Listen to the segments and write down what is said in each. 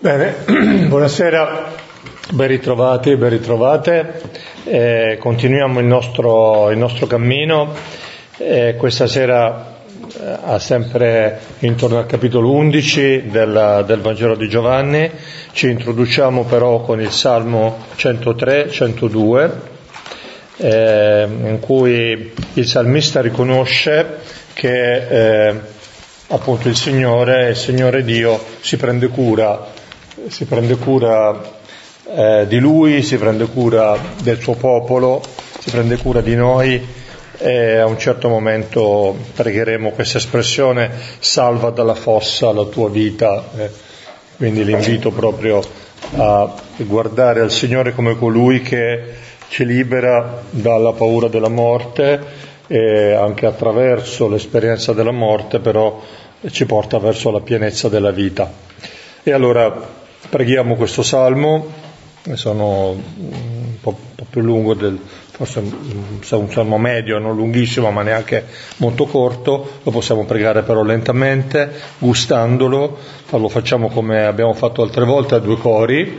Bene, buonasera, ben ritrovati, ben ritrovate. Continuiamo il nostro cammino. Questa sera sempre intorno al capitolo 11 del Vangelo di Giovanni. Ci introduciamo però con il Salmo 103-102, in cui il salmista riconosce che appunto il Signore Dio si prende cura di Lui, si prende cura del suo popolo, si prende cura di noi, e a un certo momento pregheremo questa espressione: salva dalla fossa la tua vita. Quindi l'invito proprio a guardare al Signore come colui che ci libera dalla paura della morte, e anche attraverso l'esperienza della morte però ci porta verso la pienezza della vita. E allora preghiamo questo salmo. Sono un po' più lungo, forse un salmo medio, non lunghissimo ma neanche molto corto. Lo possiamo pregare però lentamente, gustandolo. Lo facciamo come abbiamo fatto altre volte, a due cori.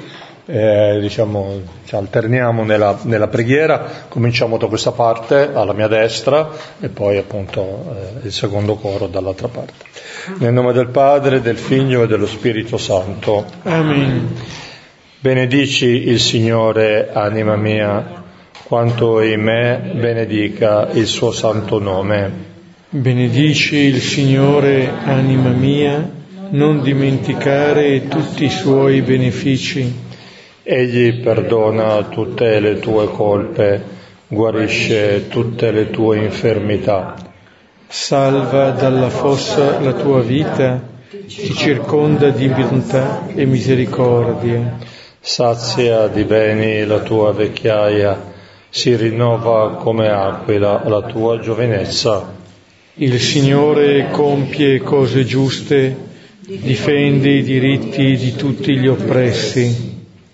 Ci alterniamo nella preghiera. Cominciamo da questa parte alla mia destra e poi appunto il secondo coro dall'altra parte. Nel nome del Padre, del Figlio e dello Spirito Santo. Amen. Benedici il Signore, anima mia, quanto in me benedica il suo santo nome. Benedici il Signore, anima mia, non dimenticare tutti i suoi benefici. Egli perdona tutte le tue colpe, guarisce tutte le tue infermità. Salva dalla fossa la tua vita, ti circonda di bontà e misericordia. Sazia di beni la tua vecchiaia, si rinnova come aquila la tua giovinezza. Il Signore compie cose giuste, difende i diritti di tutti gli oppressi.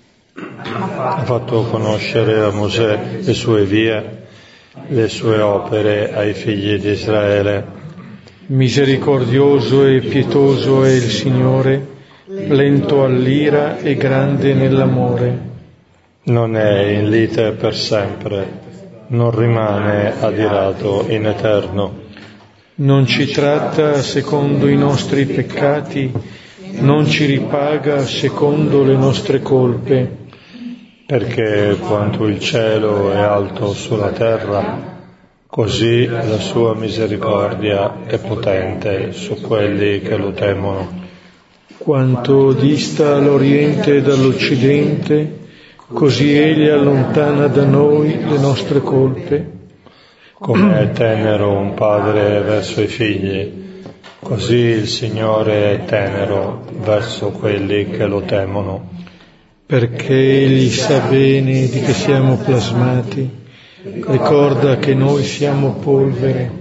Ha fatto conoscere a Mosè le sue vie, le sue opere ai figli di Israele. Misericordioso e pietoso è il Signore, lento all'ira e grande nell'amore. Non è in lite per sempre, non rimane adirato in eterno. Non ci tratta secondo i nostri peccati, non ci ripaga secondo le nostre colpe. Perché quanto il cielo è alto sulla terra, così la sua misericordia è potente su quelli che lo temono. Quanto dista l'Oriente dall'Occidente, così egli allontana da noi le nostre colpe. Come è tenero un padre verso i figli, così il Signore è tenero verso quelli che lo temono. Perché egli sa bene di che siamo plasmati, ricorda che noi siamo polvere.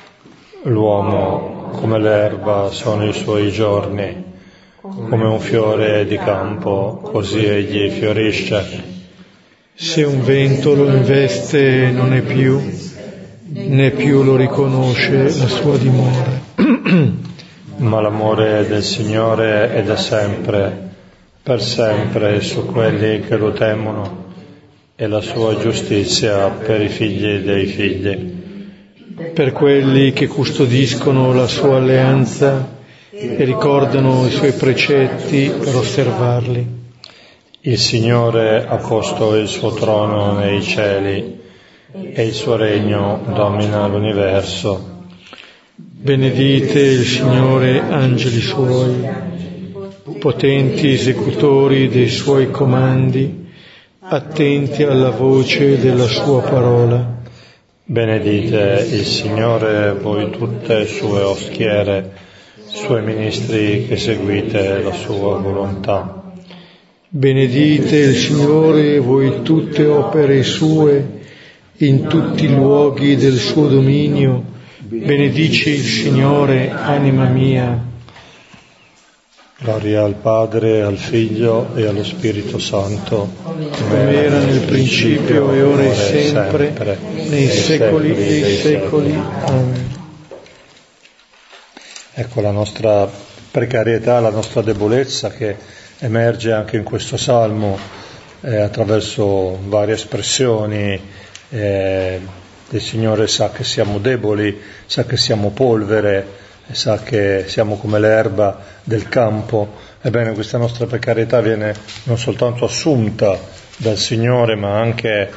L'uomo come l'erba sono i suoi giorni, come un fiore di campo, così egli fiorisce. Se un vento lo investe non è più, né più lo riconosce la sua dimora. Ma l'amore del Signore è da sempre, per sempre su quelli che lo temono, e la sua giustizia per i figli dei figli. Per quelli che custodiscono la sua alleanza e ricordano i suoi precetti per osservarli. Il Signore ha posto il suo trono nei cieli e il suo regno domina l'universo. Benedite il Signore, angeli suoi, potenti esecutori dei suoi comandi, attenti alla voce della sua parola. Benedite il Signore voi tutte sue ostiere, suoi ministri che seguite la sua volontà. Benedite il Signore voi tutte opere sue, in tutti i luoghi del suo dominio. Benedice il Signore, anima mia. Gloria al Padre, al Figlio e allo Spirito Santo, come era nel principio e ora e sempre, nei secoli dei secoli. Amen. Ecco la nostra precarietà, la nostra debolezza che emerge anche in questo salmo attraverso varie espressioni. Il Signore sa che siamo deboli, sa che siamo polvere, sa che siamo come l'erba del campo. Ebbene, questa nostra precarietà viene non soltanto assunta dal Signore, ma anche,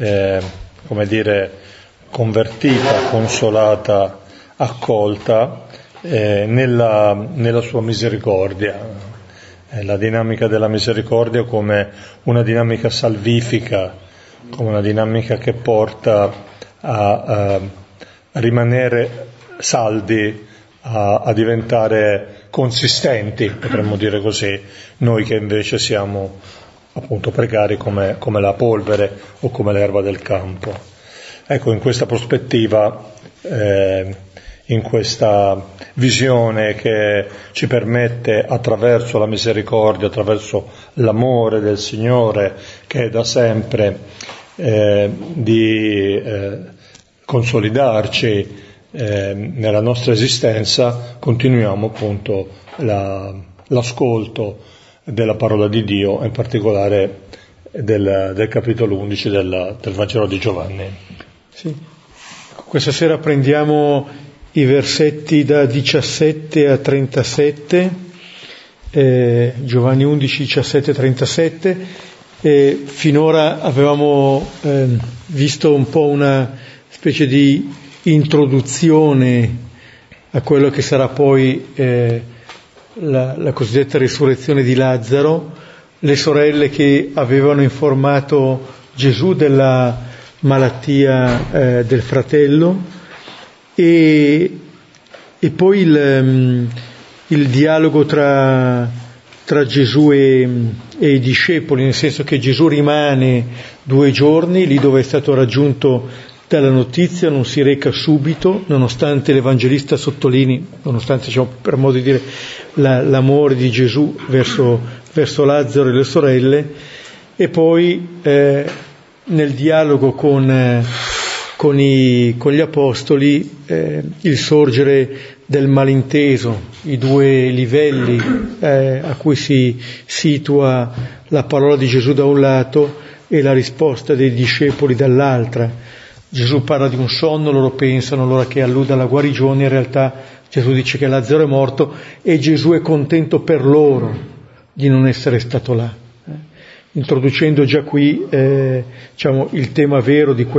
convertita, consolata, accolta nella sua misericordia. La dinamica della misericordia come una dinamica salvifica, come una dinamica che porta a rimanere saldi, a diventare consistenti, potremmo dire così, noi che invece siamo appunto precari come la polvere o come l'erba del campo. Ecco, in questa prospettiva, in questa visione che ci permette, attraverso la misericordia, attraverso l'amore del Signore, che è da sempre, di consolidarci nella nostra esistenza, continuiamo appunto l'ascolto della parola di Dio, in particolare del capitolo 11 del Vangelo di Giovanni. Sì. Questa sera prendiamo i versetti da 17 a 37, Giovanni 11, 17, 37. Finora avevamo visto un po' una specie di introduzione a quello che sarà poi la cosiddetta risurrezione di Lazzaro, le sorelle che avevano informato Gesù della malattia del fratello, e poi il dialogo tra Gesù e i discepoli, nel senso che Gesù rimane 2 giorni lì dove è stato raggiunto dalla notizia, non si reca subito, nonostante l'Evangelista sottolinei, nonostante, per modo di dire, l'amore di Gesù verso Lazzaro e le sorelle, e poi nel dialogo con gli apostoli il sorgere del malinteso, i 2 livelli a cui si situa la parola di Gesù da un lato e la risposta dei discepoli dall'altra. Gesù parla di un sonno, loro pensano allora che alluda alla guarigione, in realtà Gesù dice che Lazzaro è morto e Gesù è contento per loro di non essere stato là, introducendo già qui il tema vero di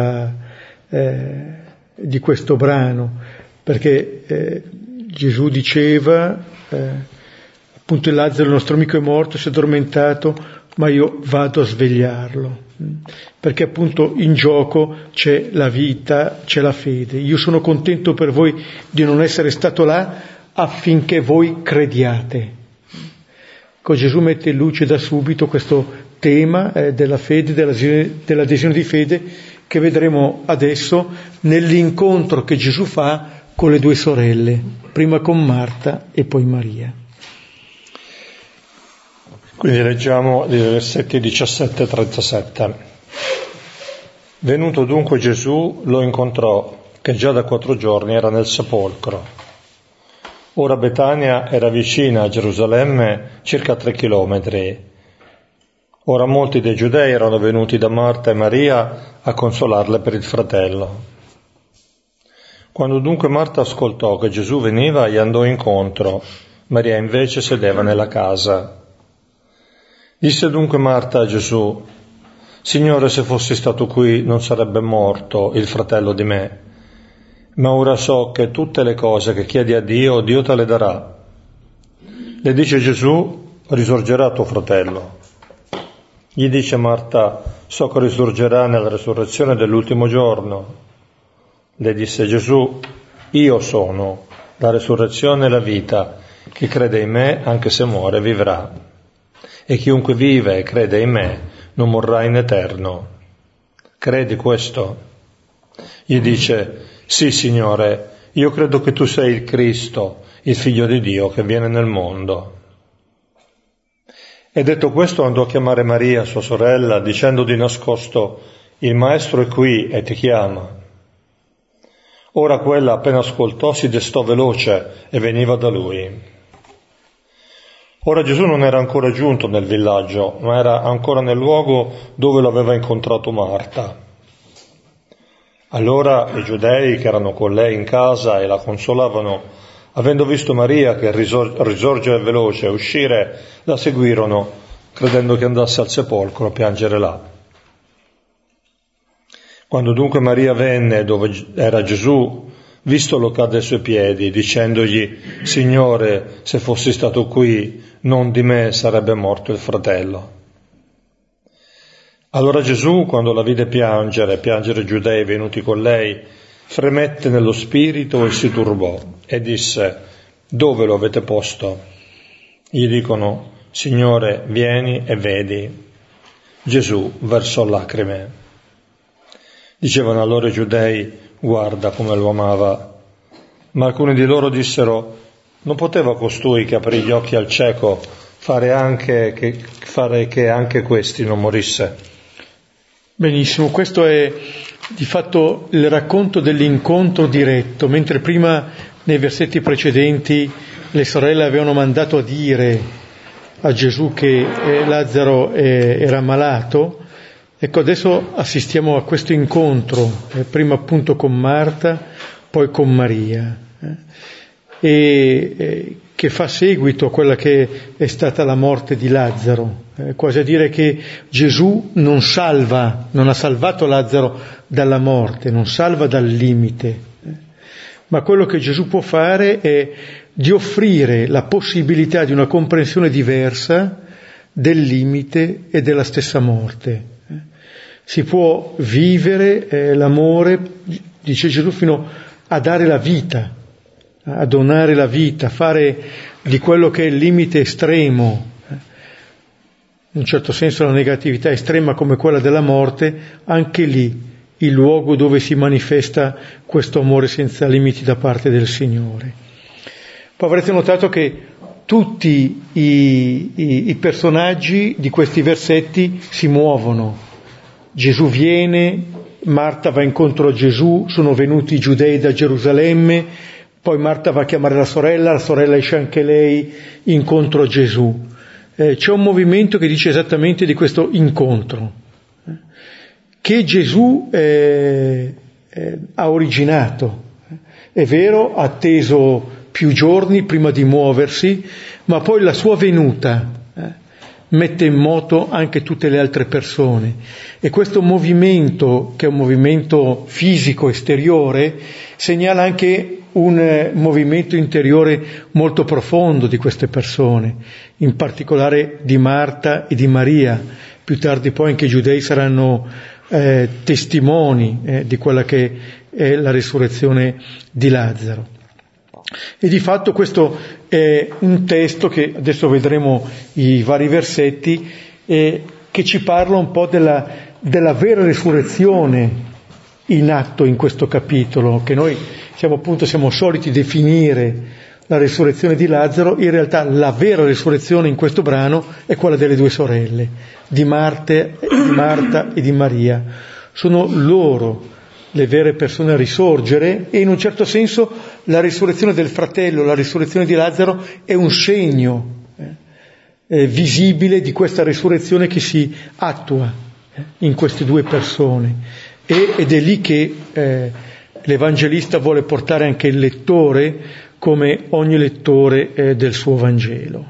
questo brano, perché Gesù diceva appunto il Lazzaro, il nostro amico, è morto, si è addormentato, ma io vado a svegliarlo, perché appunto in gioco c'è la vita, c'è la fede. Io sono contento per voi di non essere stato là affinché voi crediate. Gesù mette in luce da subito questo tema della fede, dell'adesione di fede, che vedremo adesso nell'incontro che Gesù fa con le 2 sorelle, prima con Marta e poi Maria. Quindi leggiamo i versetti 17 e 37. Venuto dunque Gesù, lo incontrò, che già da 4 giorni era nel sepolcro. Ora Betania era vicina a Gerusalemme circa 3 chilometri. Ora molti dei giudei erano venuti da Marta e Maria a consolarle per il fratello. Quando dunque Marta ascoltò che Gesù veniva, gli andò incontro, Maria invece sedeva nella casa. Disse dunque Marta a Gesù: Signore, se fossi stato qui non sarebbe morto il fratello di me, ma ora so che tutte le cose che chiedi a Dio, Dio te le darà. Le dice Gesù: risorgerà tuo fratello. Gli dice Marta: so che risorgerà nella resurrezione dell'ultimo giorno. Le disse Gesù: io sono la resurrezione e la vita, chi crede in me, anche se muore, vivrà. E chiunque vive e crede in me non morrà in eterno. Credi questo? Gli dice: sì, Signore, io credo che tu sei il Cristo, il Figlio di Dio che viene nel mondo. E detto questo andò a chiamare Maria, sua sorella, dicendo di nascosto: il Maestro è qui e ti chiama. Ora quella, appena ascoltò, si destò veloce e veniva da lui. Ora Gesù non era ancora giunto nel villaggio, ma era ancora nel luogo dove lo aveva incontrato Marta. Allora i giudei che erano con lei in casa e la consolavano, avendo visto Maria che risorgere veloce e uscire, la seguirono, credendo che andasse al sepolcro a piangere là. Quando dunque Maria venne dove era Gesù, vistolo cadde ai suoi piedi, dicendogli: Signore, se fossi stato qui, non di me sarebbe morto il fratello. Allora Gesù, quando la vide piangere i giudei venuti con lei, fremette nello spirito e si turbò e disse: Dove lo avete posto? Gli dicono: Signore, vieni e vedi. Gesù versò lacrime. Dicevano allora i giudei: Guarda come lo amava. Ma alcuni di loro dissero: Non poteva costui che aprì gli occhi al cieco fare che anche questi non morisse? Benissimo, questo è di fatto il racconto dell'incontro diretto, mentre prima nei versetti precedenti le sorelle avevano mandato a dire a Gesù che Lazzaro era malato. Ecco, adesso assistiamo a questo incontro, prima appunto con Marta, poi con Maria, che fa seguito a quella che è stata la morte di Lazzaro, quasi a dire che Gesù non ha salvato Lazzaro dalla morte, non salva dal limite, ma quello che Gesù può fare è di offrire la possibilità di una comprensione diversa del limite e della stessa morte. Si può vivere l'amore, dice Gesù, fino a dare la vita, a donare la vita, fare di quello che è il limite estremo, in un certo senso la negatività estrema come quella della morte, anche lì il luogo dove si manifesta questo amore senza limiti da parte del Signore. Poi avrete notato che tutti i personaggi di questi versetti si muovono. Gesù viene, Marta va incontro a Gesù, sono venuti i giudei da Gerusalemme, poi Marta va a chiamare la sorella esce anche lei incontro a Gesù. C'è un movimento che dice esattamente di questo incontro, che Gesù ha originato. È vero, ha atteso più giorni prima di muoversi, ma poi la sua venuta mette in moto anche tutte le altre persone. E questo movimento, che è un movimento fisico esteriore, segnala anche un movimento interiore molto profondo di queste persone, in particolare di Marta e di Maria. Più tardi poi anche i giudei saranno testimoni di quella che è la risurrezione di Lazzaro. E di fatto questo è un testo che adesso vedremo i vari versetti che ci parla un po' della vera risurrezione in atto in questo capitolo, che noi siamo soliti definire la risurrezione di Lazzaro. In realtà la vera risurrezione in questo brano è quella delle due sorelle, di Marta e di Maria. Sono loro le vere persone a risorgere, e in un certo senso la risurrezione del fratello, la risurrezione di Lazzaro è un segno visibile di questa risurrezione che si attua in queste due persone, ed è lì che l'Evangelista vuole portare anche il lettore, come ogni lettore del suo Vangelo.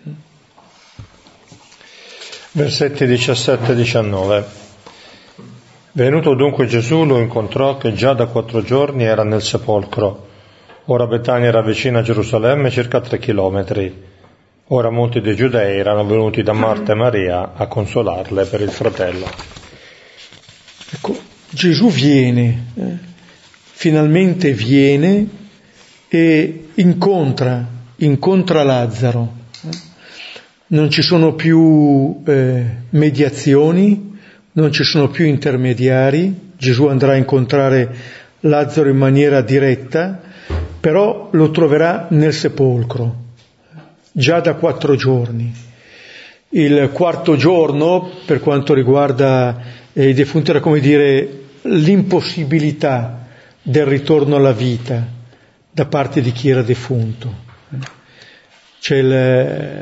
Versetti 17 e 19. Venuto dunque Gesù lo incontrò che già da 4 giorni era nel sepolcro. Ora Betania era vicina a Gerusalemme, circa 3 chilometri. Ora molti dei giudei erano venuti da Marta e Maria a consolarle per il fratello. Ecco, Gesù viene, finalmente viene e incontra Lazzaro. Non ci sono più mediazioni, non ci sono più intermediari. Gesù andrà a incontrare Lazzaro in maniera diretta, però lo troverà nel sepolcro, già da 4 giorni. Il 4° giorno, per quanto riguarda i defunti, era come dire l'impossibilità del ritorno alla vita da parte di chi era defunto. C'è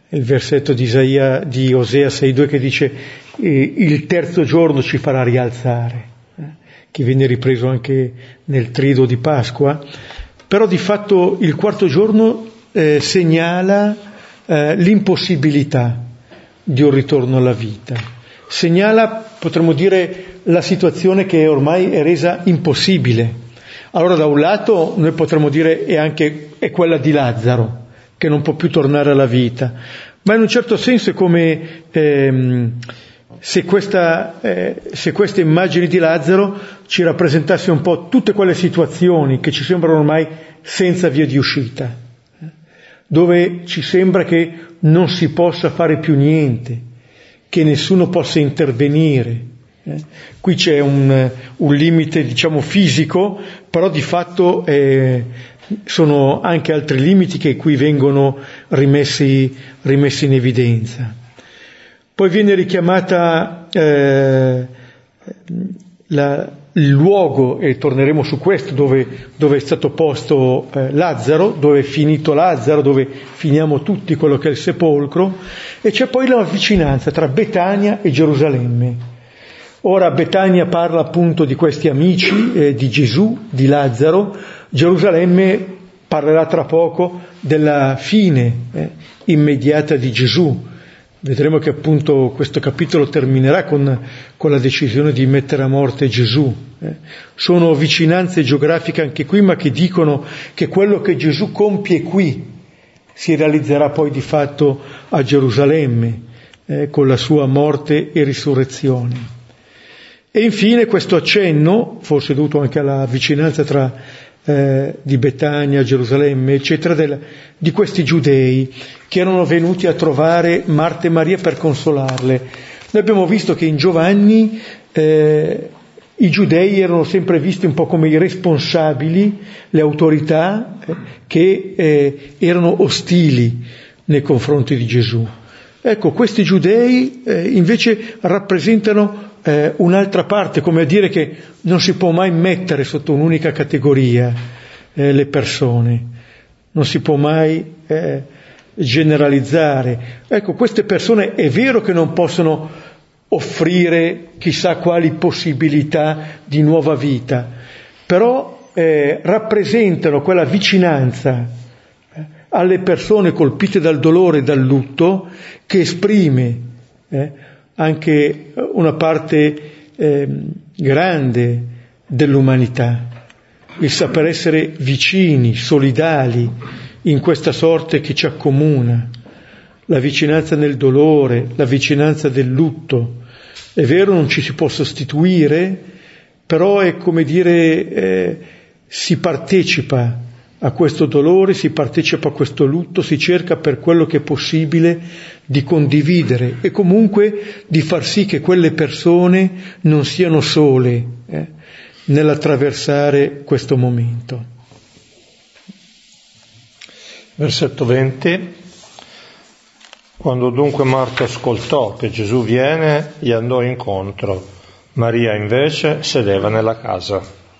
il versetto di Osea 6,2 che dice il terzo giorno ci farà rialzare, che viene ripreso anche nel triduo di Pasqua, però di fatto il quarto giorno segnala l'impossibilità di un ritorno alla vita, segnala, potremmo dire, la situazione che ormai è resa impossibile. Allora da un lato noi potremmo dire è quella di Lazzaro, che non può più tornare alla vita, ma in un certo senso è come se queste immagini di Lazzaro ci rappresentasse un po' tutte quelle situazioni che ci sembrano ormai senza via di uscita, dove ci sembra che non si possa fare più niente, che nessuno possa intervenire. Qui c'è un limite, diciamo, fisico, però di fatto sono anche altri limiti che qui vengono rimessi in evidenza. Poi viene richiamata il luogo, e torneremo su questo, dove è stato posto Lazzaro, dove è finito Lazzaro, dove finiamo tutti quello che è il sepolcro, e c'è poi la vicinanza tra Betania e Gerusalemme. Ora Betania parla appunto di questi amici di Gesù, di Lazzaro. Gerusalemme parlerà tra poco della fine immediata di Gesù. Vedremo che appunto questo capitolo terminerà con la decisione di mettere a morte Gesù. Sono vicinanze geografiche anche qui, ma che dicono che quello che Gesù compie qui si realizzerà poi di fatto a Gerusalemme, con la sua morte e risurrezione. E infine questo accenno, forse dovuto anche alla vicinanza di Betania, Gerusalemme, eccetera, di questi giudei che erano venuti a trovare Marta e Maria per consolarle. Noi abbiamo visto che in Giovanni i giudei erano sempre visti un po' come i responsabili, le autorità che erano ostili nei confronti di Gesù. Ecco, questi giudei invece rappresentano un'altra parte, come a dire che non si può mai mettere sotto un'unica categoria le persone, non si può mai generalizzare. Ecco, queste persone è vero che non possono offrire chissà quali possibilità di nuova vita, però rappresentano quella vicinanza alle persone colpite dal dolore e dal lutto che esprime anche una parte grande dell'umanità, il saper essere vicini, solidali in questa sorte che ci accomuna, la vicinanza nel dolore, la vicinanza del lutto. È vero, non ci si può sostituire, però è come dire, si partecipa a questo dolore, si partecipa a questo lutto, si cerca per quello che è possibile di condividere e comunque di far sì che quelle persone non siano sole nell'attraversare questo momento. Versetto 20. Quando dunque Marta ascoltò che Gesù viene, gli andò incontro. Maria invece sedeva nella casa.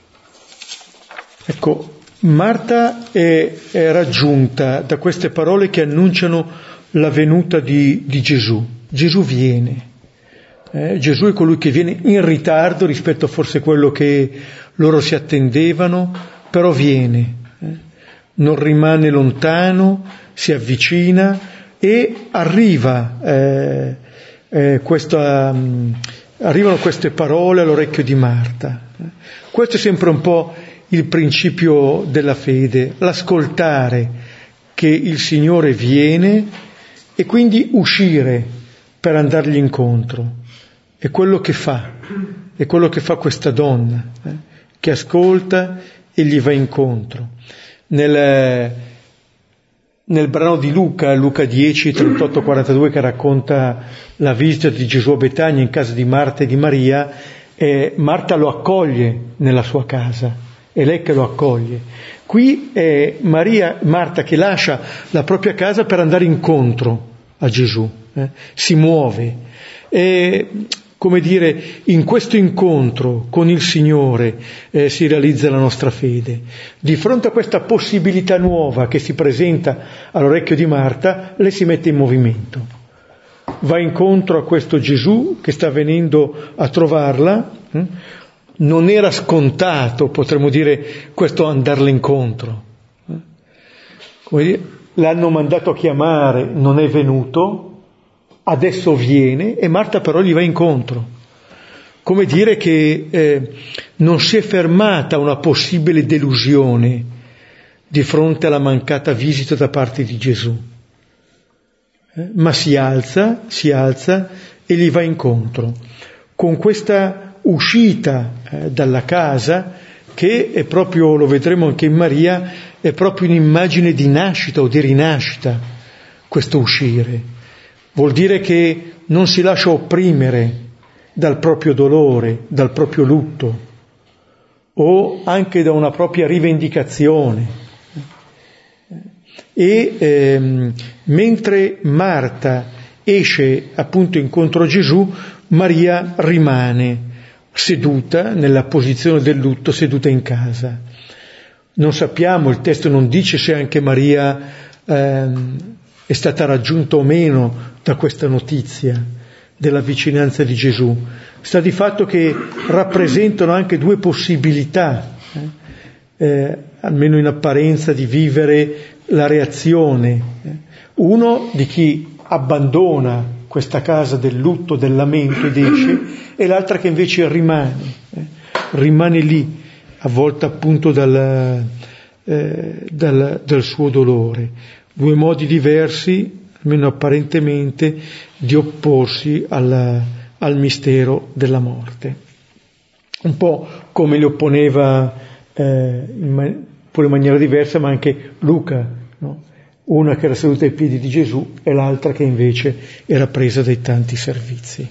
Ecco, Marta è raggiunta da queste parole che annunciano la venuta di Gesù. Gesù viene. Gesù è colui che viene in ritardo rispetto a forse quello che loro si attendevano, però viene. Non rimane lontano, si avvicina e arrivano queste parole all'orecchio di Marta. Questo è sempre un po' il principio della fede, l'ascoltare che il Signore viene e quindi uscire per andargli incontro. È quello che fa questa donna, che ascolta e gli va incontro. Nel brano di Luca 10, 38, 42, che racconta la visita di Gesù a Betania in casa di Marta e di Maria, Marta lo accoglie nella sua casa. È lei che lo accoglie. Qui è Marta che lascia la propria casa per andare incontro a Gesù, si muove. come dire, in questo incontro con il Signore si realizza la nostra fede. Di fronte a questa possibilità nuova che si presenta all'orecchio di Marta, lei si mette in movimento. Va incontro a questo Gesù che sta venendo a trovarla. Non era scontato, potremmo dire, questo andarle incontro. Come dire, l'hanno mandato a chiamare, non è venuto, adesso viene e Marta però gli va incontro. Come dire che non si è fermata una possibile delusione di fronte alla mancata visita da parte di Gesù. Ma si alza e gli va incontro con questa uscita dalla casa che è proprio, lo vedremo anche in Maria, è proprio un'immagine di nascita o di rinascita. Questo uscire vuol dire che non si lascia opprimere dal proprio dolore, dal proprio lutto o anche da una propria rivendicazione. E mentre Marta esce appunto incontro a Gesù, Maria rimane seduta nella posizione del lutto, seduta in casa. Non sappiamo, il testo non dice se anche Maria è stata raggiunta o meno da questa notizia della vicinanza di Gesù. Sta di fatto che rappresentano anche due possibilità, almeno in apparenza, di vivere la reazione. Uno di chi abbandona questa casa del lutto, del lamento ed esce, e l'altra che invece rimane lì, avvolta appunto dal suo dolore. Due modi diversi, almeno apparentemente, di opporsi al mistero della morte. Un po' come li opponeva pure in maniera diversa, ma anche Luca, no? Una che era seduta ai piedi di Gesù e l'altra che invece era presa dai tanti servizi.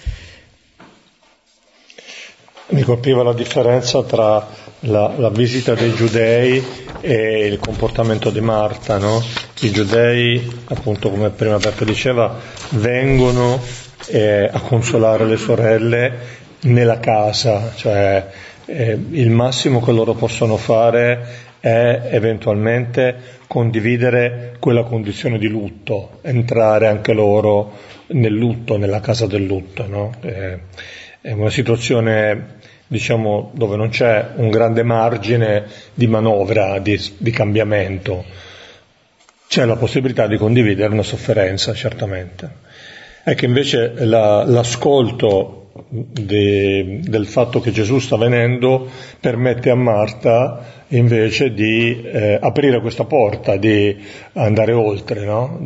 Mi colpiva la differenza tra la visita dei giudei e il comportamento di Marta, no? I giudei, appunto, come prima Beppe diceva, vengono a consolare le sorelle nella casa, cioè il massimo che loro possono fare è eventualmente condividere quella condizione di lutto, entrare anche loro nel lutto, nella casa del lutto, no? È una situazione, diciamo, dove non c'è un grande margine di manovra, di cambiamento. C'è la possibilità di condividere una sofferenza, certamente. È che invece l'ascolto del fatto che Gesù sta venendo permette a Marta invece di aprire questa porta, di andare oltre, no?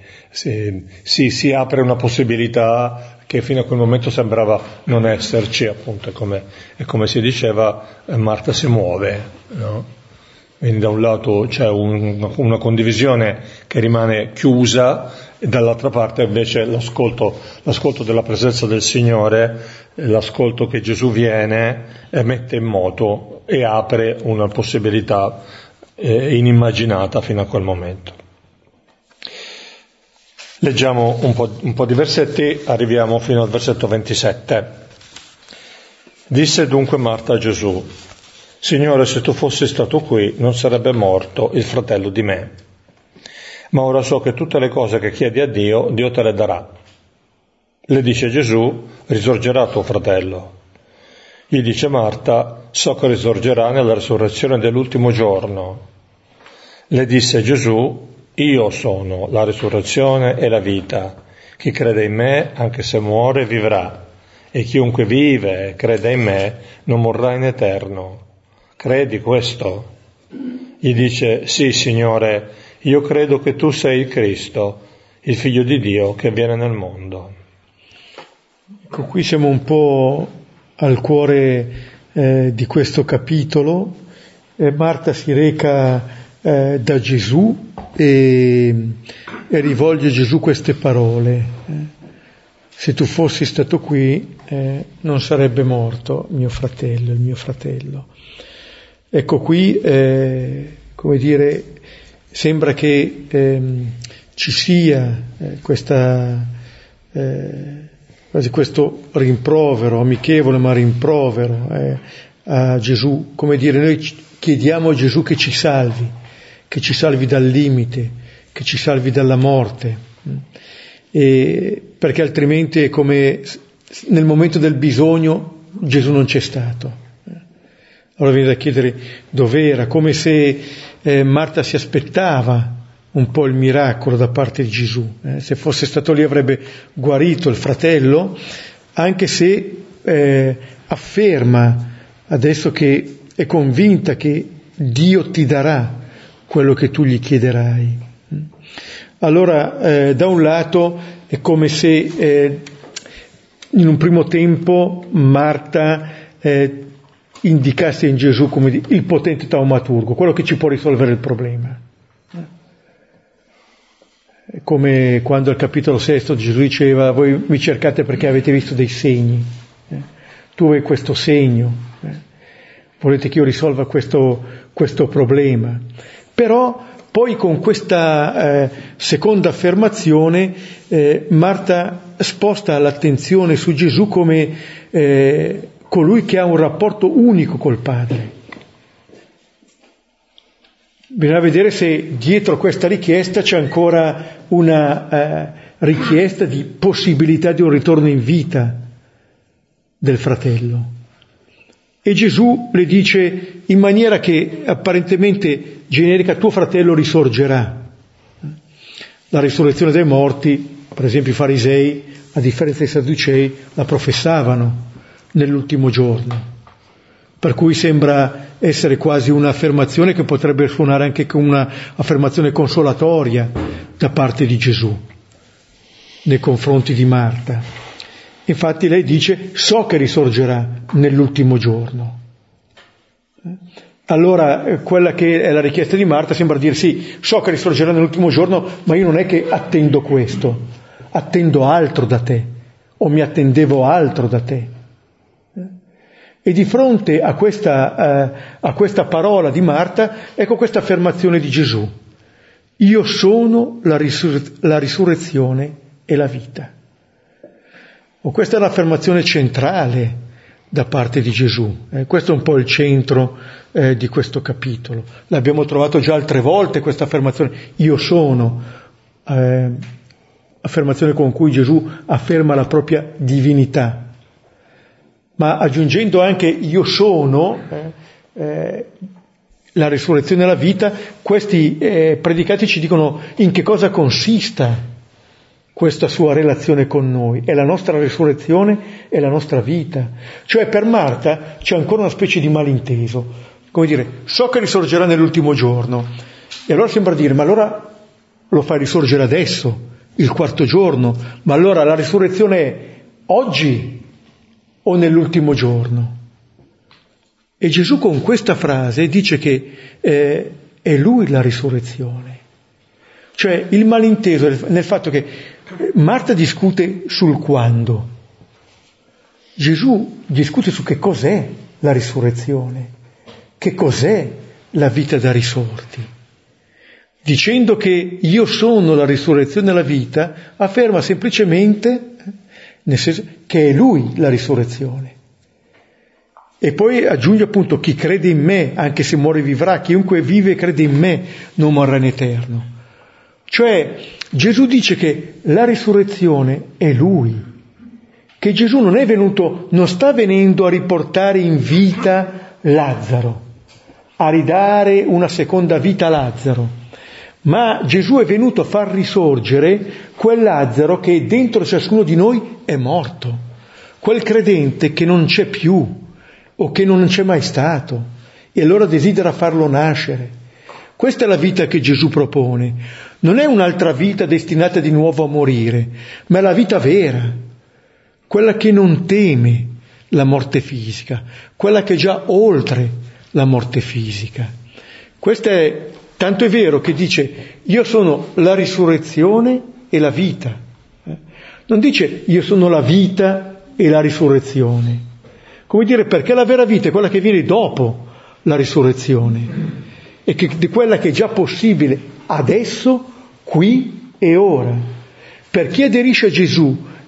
Si apre una possibilità che fino a quel momento sembrava non esserci, appunto, è come si diceva, Marta si muove, no? Quindi da un lato c'è una condivisione che rimane chiusa e dall'altra parte invece l'ascolto della presenza del Signore, l'ascolto che Gesù viene e mette in moto e apre una possibilità inimmaginata fino a quel momento. Leggiamo un po' di versetti, arriviamo fino al versetto 27. Disse dunque Marta a Gesù: Signore, se tu fossi stato qui, non sarebbe morto il fratello di me. Ma ora so che tutte le cose che chiedi a Dio, Dio te le darà. Le dice Gesù: risorgerà tuo fratello. Gli dice Marta: so che risorgerà nella risurrezione dell'ultimo giorno. Le disse Gesù: io sono la risurrezione e la vita. Chi crede in me, anche se muore, vivrà. E chiunque vive e crede in me, non morrà in eterno. Credi questo? Gli dice: sì, Signore, io credo che tu sei il Cristo, il Figlio di Dio che viene nel mondo. Ecco, qui siamo un po' al cuore di questo capitolo. Marta si reca da Gesù e rivolge a Gesù queste parole: se tu fossi stato qui non sarebbe morto il mio fratello. Ecco, qui come dire, sembra che ci sia questa quasi questo rimprovero, amichevole ma rimprovero a Gesù, come dire, noi chiediamo a Gesù che ci salvi dal limite, che ci salvi dalla morte, perché altrimenti è come nel momento del bisogno Gesù non c'è stato. Allora viene da chiedere dov'era, come se Marta si aspettava un po' il miracolo da parte di Gesù. Se fosse stato lì avrebbe guarito il fratello, anche se afferma adesso che è convinta che Dio ti darà quello che tu gli chiederai. Allora, da un lato è come se in un primo tempo Marta indicasse in Gesù come il potente taumaturgo, quello che ci può risolvere il problema. Come quando al capitolo 6 Gesù diceva: voi mi cercate perché avete visto dei segni, tu hai questo segno, volete che io risolva questo problema. Però poi con questa seconda affermazione Marta sposta l'attenzione su Gesù come colui che ha un rapporto unico col Padre. Bisogna vedere se dietro questa richiesta c'è ancora una richiesta di possibilità di un ritorno in vita del fratello. E Gesù le dice in maniera che apparentemente generica: tuo fratello risorgerà. La risurrezione dei morti, per esempio i farisei, a differenza dei sadducei, la professavano nell'ultimo giorno. Per cui sembra essere quasi un'affermazione che potrebbe suonare anche come un'affermazione consolatoria da parte di Gesù nei confronti di Marta. Infatti lei dice: so che risorgerà nell'ultimo giorno. Allora quella che è la richiesta di Marta sembra dire: sì, so che risorgerà nell'ultimo giorno, ma io non è che attendo questo, attendo altro da te, o mi attendevo altro da te. E di fronte a questa parola di Marta, ecco questa affermazione di Gesù: io sono la risurrezione e la vita. Questa è l'affermazione centrale da parte di Gesù. Questo è un po' il centro di questo capitolo. L'abbiamo trovato già altre volte questa affermazione: io sono, affermazione con cui Gesù afferma la propria divinità. Ma aggiungendo anche io sono, la risurrezione e la vita, questi predicati ci dicono in che cosa consista questa sua relazione con noi. È la nostra risurrezione e la nostra vita. Cioè per Marta c'è ancora una specie di malinteso. Come dire, so che risorgerà nell'ultimo giorno. E allora sembra dire: ma allora lo fai risorgere adesso, il quarto giorno. Ma allora la risurrezione è oggi o nell'ultimo giorno? E Gesù con questa frase dice che è Lui la risurrezione. Cioè il malinteso nel fatto che Marta discute sul quando, Gesù discute su che cos'è la risurrezione, che cos'è la vita da risorti. Dicendo che io sono la risurrezione e la vita, afferma semplicemente, nel senso che è Lui la risurrezione. E poi aggiunge appunto: chi crede in me, anche se muore vivrà, chiunque vive e crede in me non morrà in eterno. Cioè Gesù dice che la risurrezione è Lui, che Gesù non sta venendo a riportare in vita Lazzaro, a ridare una seconda vita a Lazzaro, ma Gesù è venuto a far risorgere quel Lazzaro che dentro ciascuno di noi è morto, quel credente che non c'è più o che non c'è mai stato, e allora desidera farlo nascere. Questa è la vita che Gesù propone. Non è un'altra vita destinata di nuovo a morire, ma è la vita vera, quella che non teme la morte fisica, quella che è già oltre la morte fisica. Questo è tanto è vero che dice: io sono la risurrezione e la vita. Non dice io sono la vita e la risurrezione. Come dire, perché la vera vita è quella che viene dopo la risurrezione, e di quella che è già possibile adesso, qui e ora. Per chi aderisce a Gesù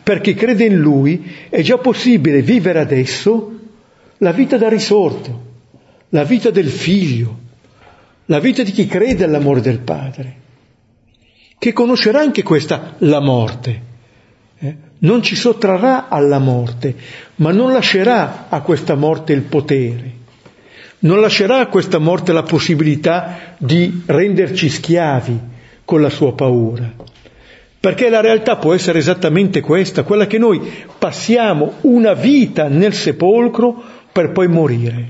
per chi crede in Lui è già possibile vivere adesso la vita da risorto, la vita del Figlio, la vita di chi crede all'amore del Padre, che conoscerà anche questa, la morte. Non ci sottrarrà alla morte, ma non lascerà a questa morte il potere, non lascerà a questa morte la possibilità di renderci schiavi con la sua paura, perché la realtà può essere esattamente questa, quella che noi passiamo una vita nel sepolcro per poi morire.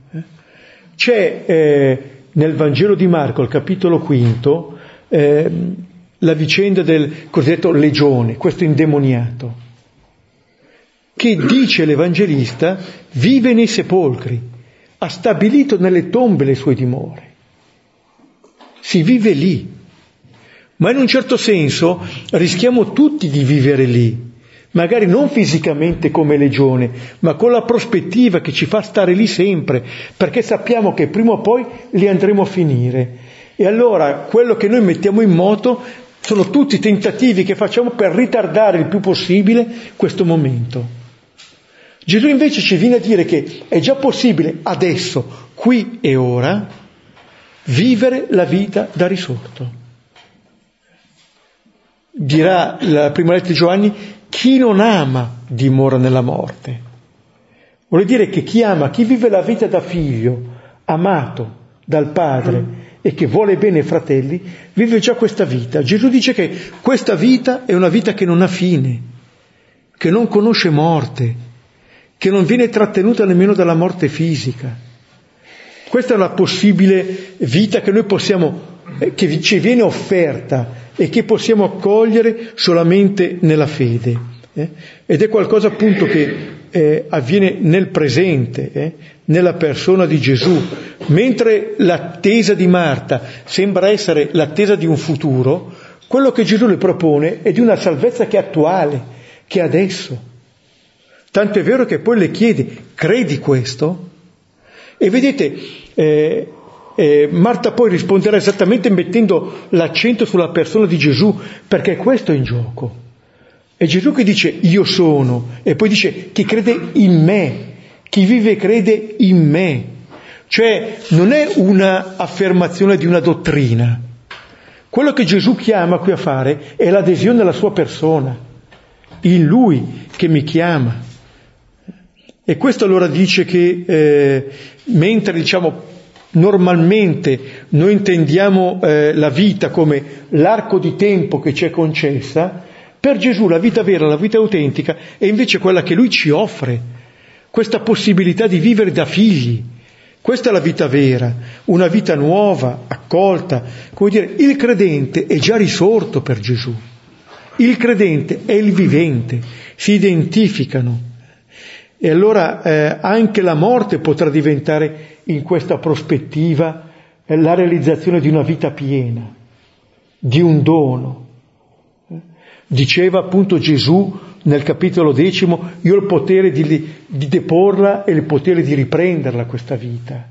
C'è nel Vangelo di Marco, al capitolo 5, la vicenda del cosiddetto legione, questo indemoniato, che dice l'Evangelista vive nei sepolcri, ha stabilito nelle tombe le sue dimore. Si vive lì, ma in un certo senso rischiamo tutti di vivere lì, magari non fisicamente come legione, ma con la prospettiva che ci fa stare lì sempre, perché sappiamo che prima o poi li andremo a finire. E allora quello che noi mettiamo in moto sono tutti i tentativi che facciamo per ritardare il più possibile questo momento. Gesù invece ci viene a dire che è già possibile adesso, qui e ora, vivere la vita da risorto. Dirà la prima lettera di Giovanni, chi non ama dimora nella morte. Vuol dire che chi ama, chi vive la vita da figlio, amato dal Padre e che vuole bene ai fratelli, vive già questa vita. Gesù dice che questa vita è una vita che non ha fine, che non conosce morte, che non viene trattenuta nemmeno dalla morte fisica. Questa è la possibile vita che noi possiamo, che ci viene offerta e che possiamo accogliere solamente nella fede. Ed è qualcosa appunto che avviene nel presente, nella persona di Gesù. Mentre l'attesa di Marta sembra essere l'attesa di un futuro, quello che Gesù le propone è di una salvezza che è attuale, che è adesso. Tanto è vero che poi le chiede, credi questo? E vedete, Marta poi risponderà esattamente mettendo l'accento sulla persona di Gesù, perché questo è in gioco. È Gesù che dice io sono, e poi dice chi crede in me, chi vive e crede in me. Cioè non è una affermazione di una dottrina. Quello che Gesù chiama qui a fare è l'adesione alla sua persona, in Lui che mi chiama. E questo allora dice che mentre diciamo normalmente noi intendiamo la vita come l'arco di tempo che ci è concessa, per Gesù la vita vera, la vita autentica è invece quella che Lui ci offre, questa possibilità di vivere da figli. Questa è la vita vera, una vita nuova, accolta. Come dire, il credente è già risorto per Gesù, il credente è il vivente, si identificano. E allora anche la morte potrà diventare in questa prospettiva la realizzazione di una vita piena, di un dono. Diceva appunto Gesù nel capitolo 10, io ho il potere di deporla e il potere di riprenderla questa vita.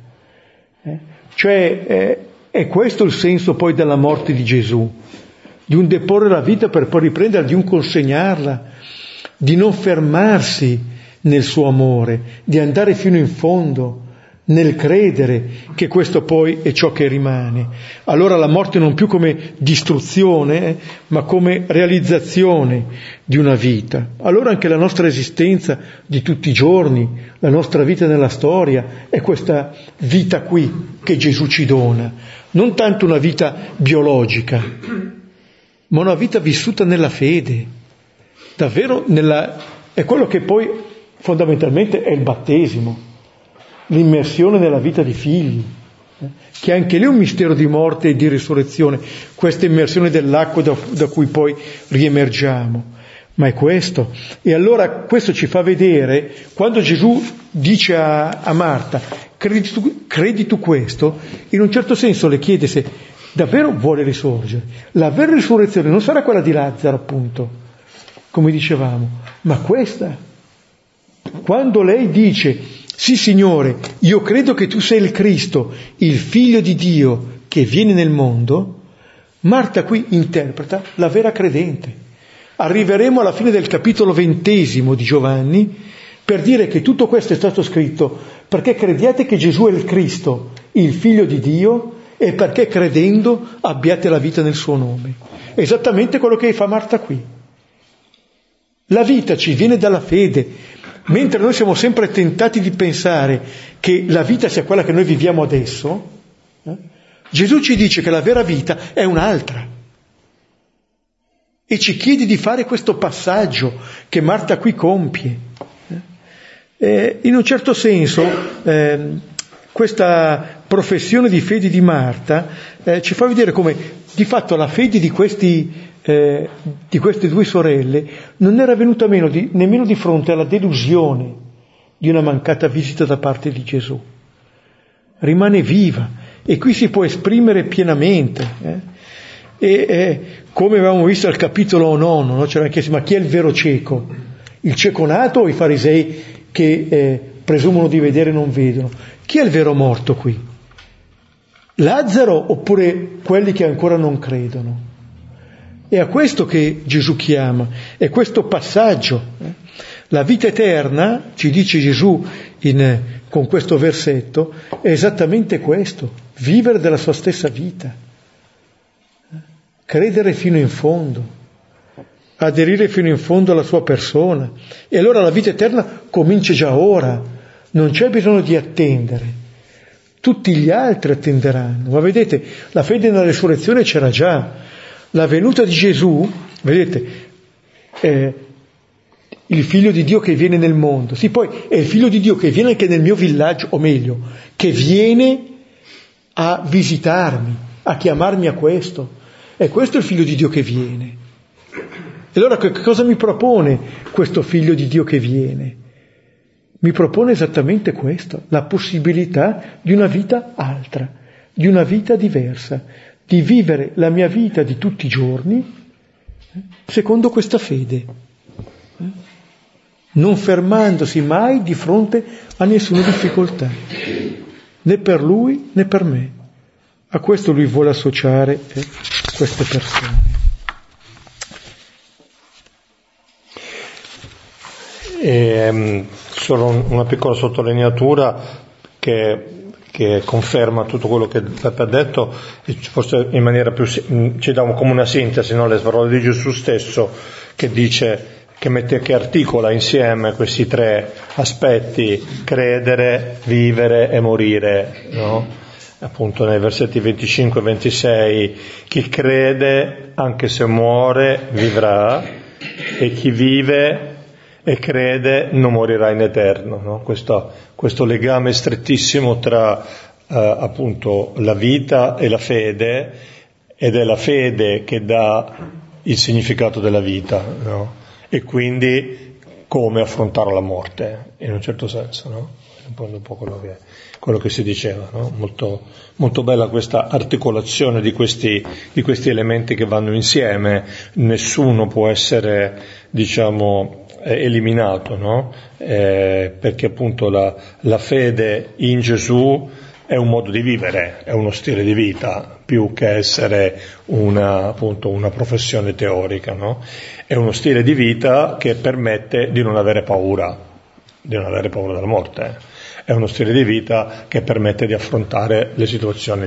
Cioè è questo il senso poi della morte di Gesù, di un deporre la vita per poi riprenderla, di un consegnarla, di non fermarsi nel suo amore, di andare fino in fondo, nel credere che questo poi è ciò che rimane. Allora la morte non più come distruzione, ma come realizzazione di una vita. Allora anche la nostra esistenza di tutti i giorni, la nostra vita nella storia, è questa vita qui che Gesù ci dona. Non tanto una vita biologica, ma una vita vissuta nella fede. Davvero è quello che poi fondamentalmente è il battesimo, l'immersione nella vita di figli, che anche lì è un mistero di morte e di risurrezione, questa immersione dell'acqua da cui poi riemergiamo. Ma è questo. E allora questo ci fa vedere, quando Gesù dice a Marta, credi tu questo, in un certo senso le chiede se davvero vuole risorgere. La vera risurrezione non sarà quella di Lazzaro, appunto, come dicevamo, ma questa. Quando lei dice, sì Signore, io credo che tu sei il Cristo, il Figlio di Dio che viene nel mondo, Marta qui interpreta la vera credente, Arriveremo alla fine del capitolo 20 di Giovanni per dire che tutto questo è stato scritto perché crediate che Gesù è il Cristo, il Figlio di Dio, e perché credendo abbiate la vita nel suo nome. Esattamente quello che fa Marta qui. La vita ci viene dalla fede, mentre noi siamo sempre tentati di pensare che la vita sia quella che noi viviamo adesso, Gesù ci dice che la vera vita è un'altra. E ci chiede di fare questo passaggio che Marta qui compie. In un certo senso, questa professione di fede di Marta ci fa vedere come di fatto la fede di queste due sorelle non era venuta meno nemmeno di fronte alla delusione di una mancata visita da parte di Gesù. Rimane viva e qui si può esprimere pienamente. Come avevamo visto al capitolo 9, no? C'era chiesto: ma chi è il vero cieco? Il cieco nato o i farisei che presumono di vedere e non vedono? Chi è il vero morto qui? Lazzaro oppure quelli che ancora non credono? È a questo che Gesù chiama, è questo passaggio. La vita eterna, ci dice Gesù con questo versetto, è esattamente questo: vivere della sua stessa vita. Credere fino in fondo, aderire fino in fondo alla sua persona. E allora la vita eterna comincia già ora, non c'è bisogno di attendere. Tutti gli altri attenderanno. Ma vedete, la fede nella resurrezione c'era già. La venuta di Gesù, vedete, il Figlio di Dio che viene nel mondo. Sì, poi è il Figlio di Dio che viene anche nel mio villaggio, o meglio, che viene a visitarmi, a chiamarmi a questo. E questo è il Figlio di Dio che viene. E allora che cosa mi propone questo Figlio di Dio che viene? Mi propone esattamente questo, la possibilità di una vita altra, di una vita diversa, di vivere la mia vita di tutti i giorni secondo questa fede, non fermandosi mai di fronte a nessuna difficoltà, né per lui né per me. A questo lui vuole associare queste persone. Solo una piccola sottolineatura che conferma tutto quello che Peppe ha detto, forse in maniera più ci dà come una sintesi, no? Le parole di Gesù stesso, che dice, che articola insieme questi tre aspetti: credere, vivere e morire, no? Appunto nei versetti 25 e 26, chi crede anche se muore vivrà, e chi vive e crede non morirà in eterno, no? Questo legame strettissimo tra appunto la vita e la fede, ed è la fede che dà il significato della vita, no? E quindi come affrontare la morte, in un certo senso, no? Un po' quello che si diceva, no? Molto, molto bella questa articolazione di questi elementi che vanno insieme. Nessuno può essere, diciamo, eliminato, no? Perché appunto la fede in Gesù è un modo di vivere, è uno stile di vita, più che essere una professione teorica, no? È uno stile di vita che permette di non avere paura della morte. È uno stile di vita che permette di affrontare le situazioni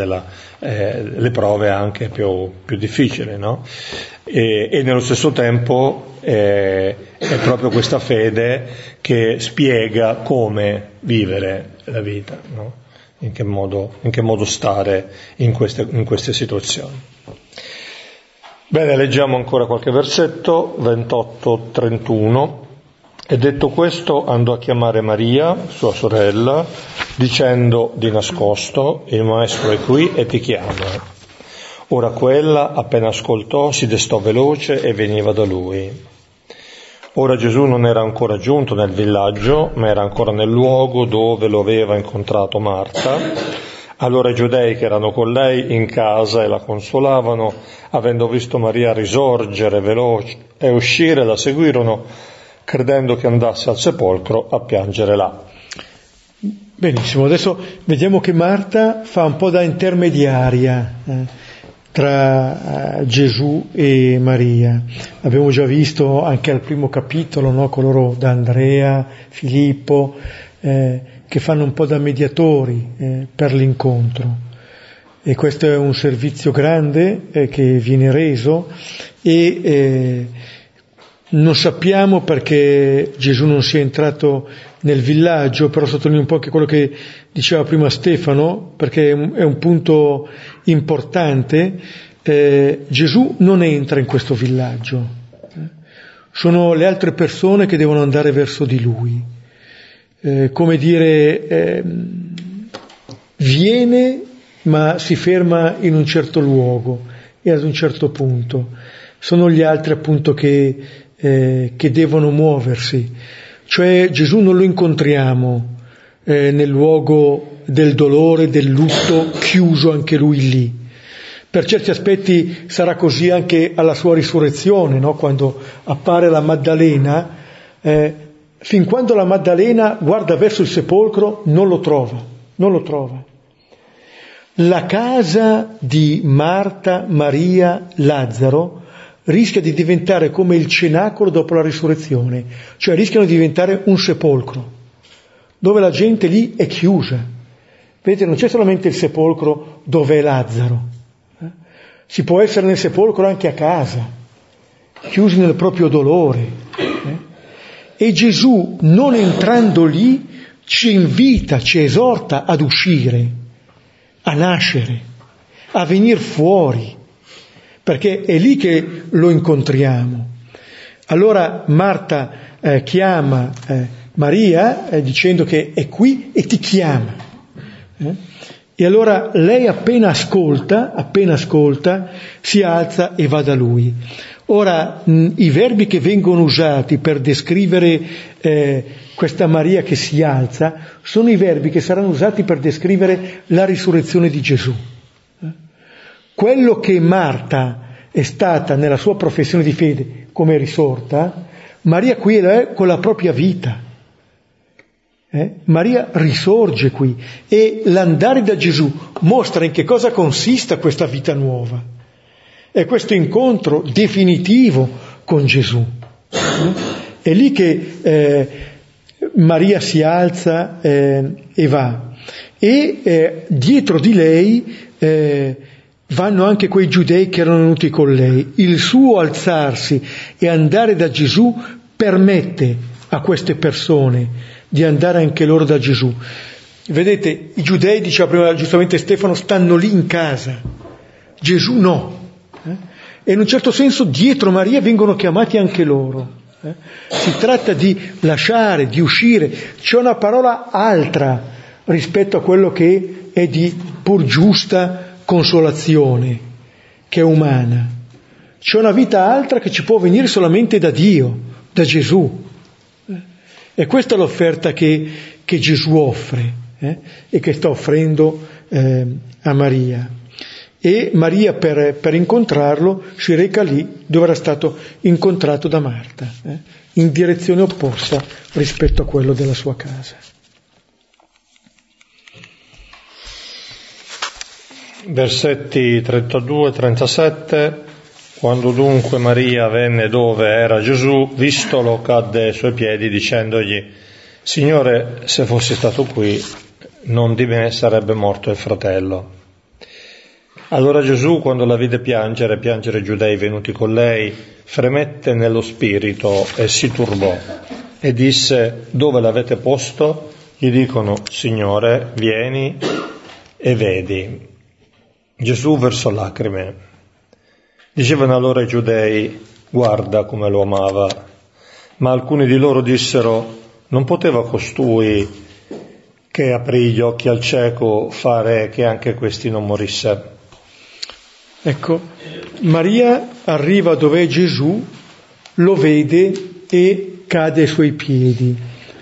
le prove anche più difficili, no? E nello stesso tempo è proprio questa fede che spiega come vivere la vita, no? In che modo stare in queste situazioni. Bene, leggiamo ancora qualche versetto, 28-31. E detto questo andò a chiamare Maria, sua sorella, dicendo di nascosto: il maestro è qui e ti chiama. Ora quella, appena ascoltò, si destò veloce e veniva da lui. Ora Gesù non era ancora giunto nel villaggio, ma era ancora nel luogo dove lo aveva incontrato Marta. Allora i giudei che erano con lei in casa e la consolavano, avendo visto Maria risorgere veloce e uscire, la seguirono, credendo che andasse al sepolcro a piangere là. Benissimo, adesso vediamo che Marta fa un po' da intermediaria tra Gesù e Maria. Abbiamo già visto anche al primo capitolo, no? Coloro da Andrea, Filippo, che fanno un po' da mediatori per l'incontro. E questo è un servizio grande che viene reso e non sappiamo perché Gesù non sia entrato nel villaggio, però sottolineo un po' anche quello che diceva prima Stefano, perché è un punto importante. Gesù non entra in questo villaggio, sono le altre persone che devono andare verso di lui, come dire, viene ma si ferma in un certo luogo e ad un certo punto. Sono gli altri appunto che devono muoversi. Cioè Gesù non lo incontriamo nel luogo del dolore, del lutto, chiuso anche lui lì. Per certi aspetti sarà così anche alla sua risurrezione, no? Quando appare la Maddalena, fin quando la Maddalena guarda verso il sepolcro non lo trova. La casa di Marta, Maria, Lazzaro rischia di diventare come il cenacolo dopo la risurrezione, cioè rischiano di diventare un sepolcro, dove la gente lì è chiusa. Vedete, non c'è solamente il sepolcro dove è Lazzaro, si può essere nel sepolcro anche a casa, chiusi nel proprio dolore. E Gesù, non entrando lì, ci invita, ci esorta ad uscire, a nascere, a venire fuori, perché è lì che lo incontriamo. Allora Marta chiama Maria dicendo che è qui e ti chiama. E allora lei appena ascolta, si alza e va da lui. Ora, i verbi che vengono usati per descrivere questa Maria che si alza sono i verbi che saranno usati per descrivere la risurrezione di Gesù. Quello che Marta è stata nella sua professione di fede come risorta, Maria qui è con la propria vita. Maria risorge qui e l'andare da Gesù mostra in che cosa consista questa vita nuova. È questo incontro definitivo con Gesù. È lì che Maria si alza e va. E dietro di lei vanno anche quei giudei che erano venuti con lei. Il suo alzarsi e andare da Gesù permette a queste persone di andare anche loro da Gesù. Vedete, i giudei, diceva prima giustamente Stefano, stanno lì in casa. Gesù no. E in un certo senso dietro Maria vengono chiamati anche loro. Si tratta di lasciare, di uscire. C'è una parola altra rispetto a quello che è di pur giusta consolazione, che è umana. C'è una vita altra che ci può venire solamente da Dio, da Gesù. E questa è l'offerta che Gesù offre e che sta offrendo a Maria. E Maria per incontrarlo si reca lì dove era stato incontrato da Marta, in direzione opposta rispetto a quello della sua casa. Versetti 32-37. Quando dunque Maria venne dove era Gesù, vistolo cadde ai suoi piedi dicendogli: Signore, se fossi stato qui, non di me sarebbe morto il fratello. Allora Gesù, quando la vide piangere i giudei venuti con lei, fremette nello spirito e si turbò e disse: Dove l'avete posto? Gli dicono: Signore, vieni e vedi. Gesù versò lacrime. Dicevano allora i giudei: guarda come lo amava. Ma alcuni di loro dissero: non poteva costui che aprì gli occhi al cieco fare che anche questi non morisse? Ecco, Maria arriva dove è Gesù, lo vede e cade ai suoi piedi.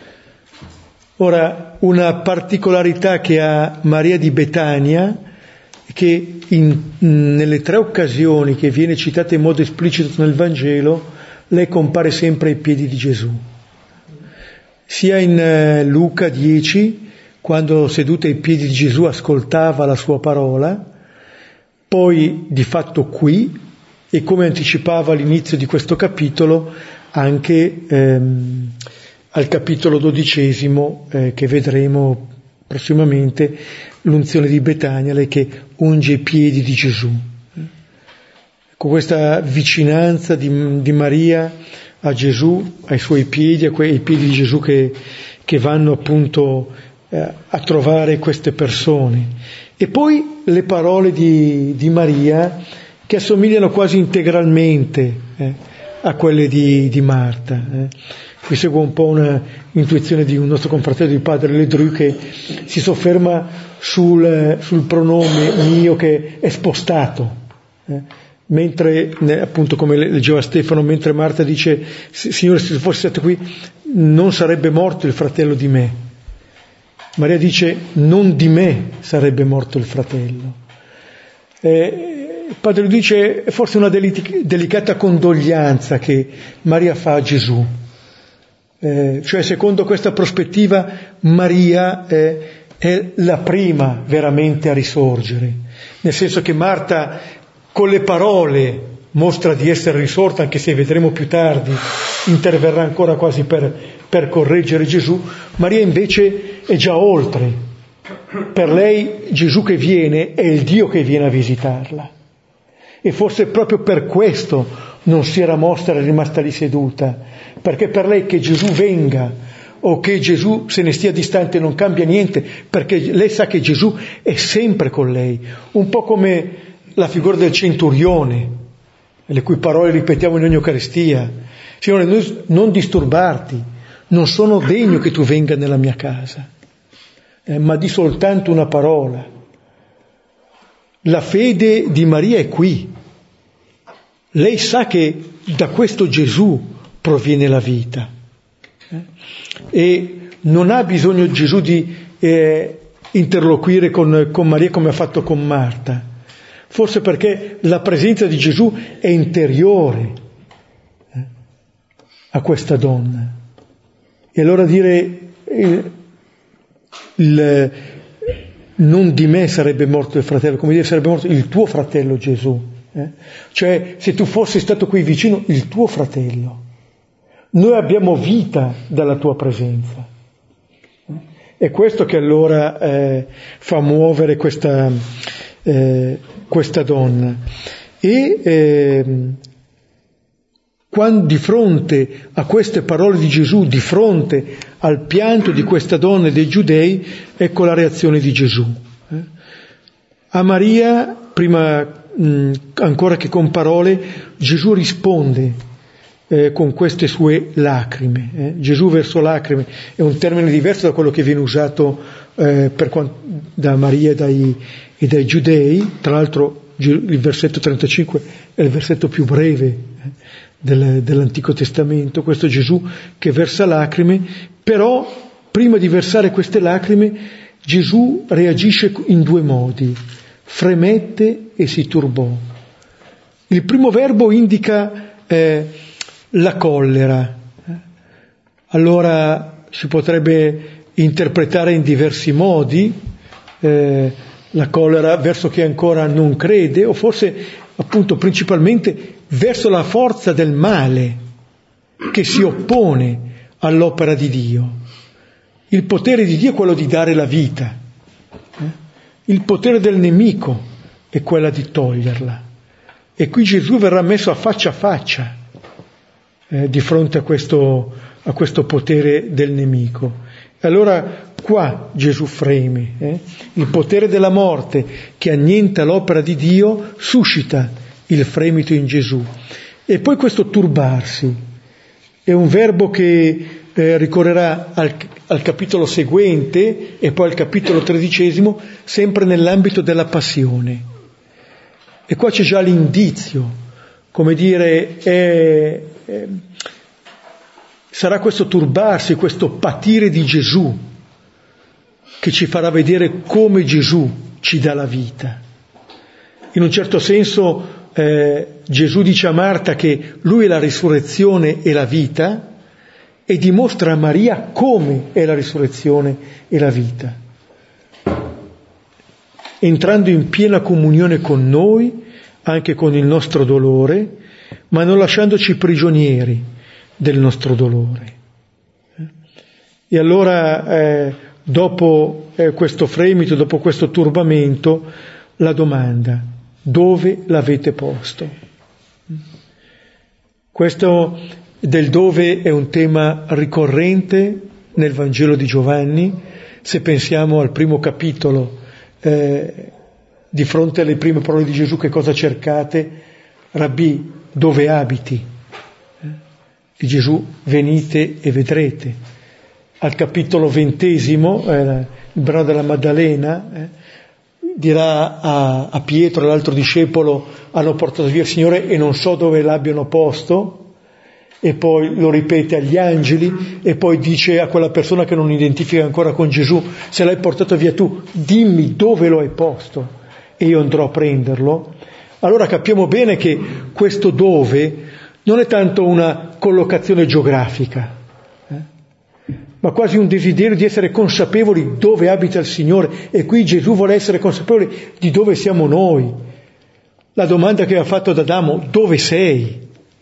Ora, una particolarità che ha Maria di Betania è che nelle 3 occasioni che viene citata in modo esplicito nel Vangelo, lei compare sempre ai piedi di Gesù. Sia in Luca 10, quando seduta ai piedi di Gesù ascoltava la sua parola, poi di fatto qui, e come anticipava all'inizio di questo capitolo, anche al capitolo 12 che vedremo prossimamente, l'unzione di Betania, lei che unge i piedi di Gesù. Con questa vicinanza di Maria a Gesù, ai suoi piedi, ai piedi di Gesù che vanno appunto a trovare queste persone. E poi le parole di Maria, che assomigliano quasi integralmente a quelle di Marta. Qui seguo un po' una intuizione di un nostro confratello di padre Ledru, che si sofferma sul pronome mio che è spostato, mentre appunto, come leggeva Stefano, mentre Marta dice: Signore, se fosse stato qui non sarebbe morto il fratello di me. Maria dice: non di me sarebbe morto il fratello. Padre Ledru dice: è forse una delicata condoglianza che Maria fa a Gesù. Cioè, secondo questa prospettiva, Maria è la prima veramente a risorgere, nel senso che Marta con le parole mostra di essere risorta, anche se vedremo più tardi interverrà ancora quasi per correggere Gesù. Maria invece è già oltre. Per lei Gesù che viene è il Dio che viene a visitarla, e forse proprio per questo non si era mossa, era rimasta lì seduta, perché per lei che Gesù venga o che Gesù se ne stia distante non cambia niente, perché lei sa che Gesù è sempre con lei, un po' come la figura del centurione, le cui parole ripetiamo in ogni Eucaristia: Signore, non disturbarti, non sono degno che tu venga nella mia casa, ma di soltanto una parola. La fede di Maria è qui. Lei sa che da questo Gesù proviene la vita, e non ha bisogno Gesù di interloquire con Maria come ha fatto con Marta, forse perché la presenza di Gesù è interiore a questa donna. E allora dire non di me sarebbe morto il fratello, come dire sarebbe morto il tuo fratello Gesù. Cioè, se tu fossi stato qui vicino, il tuo fratello. Noi abbiamo vita dalla tua presenza. È questo che allora fa muovere questa donna. E quando di fronte a queste parole di Gesù, di fronte al pianto di questa donna e dei giudei, ecco la reazione di Gesù. A Maria, prima ancora che con parole, Gesù risponde con queste sue lacrime. Gesù verso lacrime è un termine diverso da quello che viene usato da Maria e dai giudei. Tra l'altro il versetto 35 è il versetto più breve dell'Antico Testamento, questo Gesù che versa lacrime. Però prima di versare queste lacrime Gesù reagisce in due modi: fremette e si turbò. Il primo verbo indica la collera. Allora si potrebbe interpretare in diversi modi la collera verso chi ancora non crede, o forse appunto principalmente verso la forza del male che si oppone all'opera di Dio. Il potere di Dio è quello di dare la vita. Il potere del nemico è quella di toglierla. E qui Gesù verrà messo a faccia di fronte a questo potere del nemico. E allora qua Gesù freme. Il potere della morte che annienta l'opera di Dio suscita il fremito in Gesù. E poi questo turbarsi è un verbo che ricorrerà al capitolo seguente e poi al capitolo 13, sempre nell'ambito della passione. E qua c'è già l'indizio, come dire, sarà questo turbarsi, questo patire di Gesù che ci farà vedere come Gesù ci dà la vita. In un certo senso Gesù dice a Marta che lui è la risurrezione e la vita, e dimostra a Maria come è la risurrezione e la vita. entrando in piena comunione con noi, anche con il nostro dolore, ma non lasciandoci prigionieri del nostro dolore. E allora, dopo questo fremito, dopo questo turbamento, la domanda: dove l'avete posto? Questo del dove è un tema ricorrente nel Vangelo di Giovanni. Se pensiamo al primo capitolo, di fronte alle prime parole di Gesù, che cosa cercate? Rabbì, dove abiti? Di Gesù, venite e vedrete. Al capitolo 20, il brano della Maddalena, dirà a Pietro, l'altro discepolo: hanno portato via il Signore e non so dove l'abbiano posto. E poi lo ripete agli angeli, e poi dice a quella persona che non identifica ancora con Gesù: se l'hai portato via tu, dimmi dove lo hai posto e io andrò a prenderlo. Allora capiamo bene che questo dove non è tanto una collocazione geografica, ma quasi un desiderio di essere consapevoli dove abita il Signore. E qui Gesù vuole essere consapevoli di dove siamo noi. La domanda che aveva fatto ad Adamo: dove sei?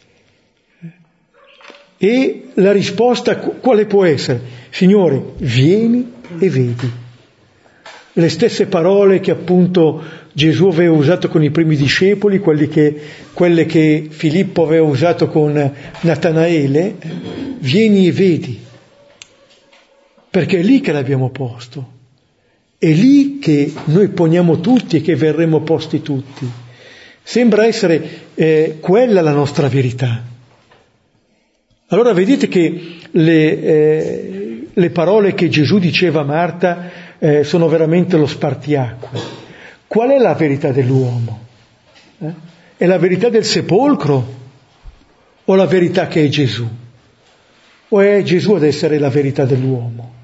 E la risposta quale può essere? Signore, vieni e vedi. Le stesse parole che appunto Gesù aveva usato con i primi discepoli, quelle che Filippo aveva usato con Natanaele: vieni e vedi. Perché è lì che l'abbiamo posto. È lì che noi poniamo tutti e che verremo posti tutti. Sembra essere quella la nostra verità. Allora vedete che le parole che Gesù diceva a Marta sono veramente lo spartiacque. Qual è la verità dell'uomo? È la verità del sepolcro o la verità che è Gesù? O è Gesù ad essere la verità dell'uomo?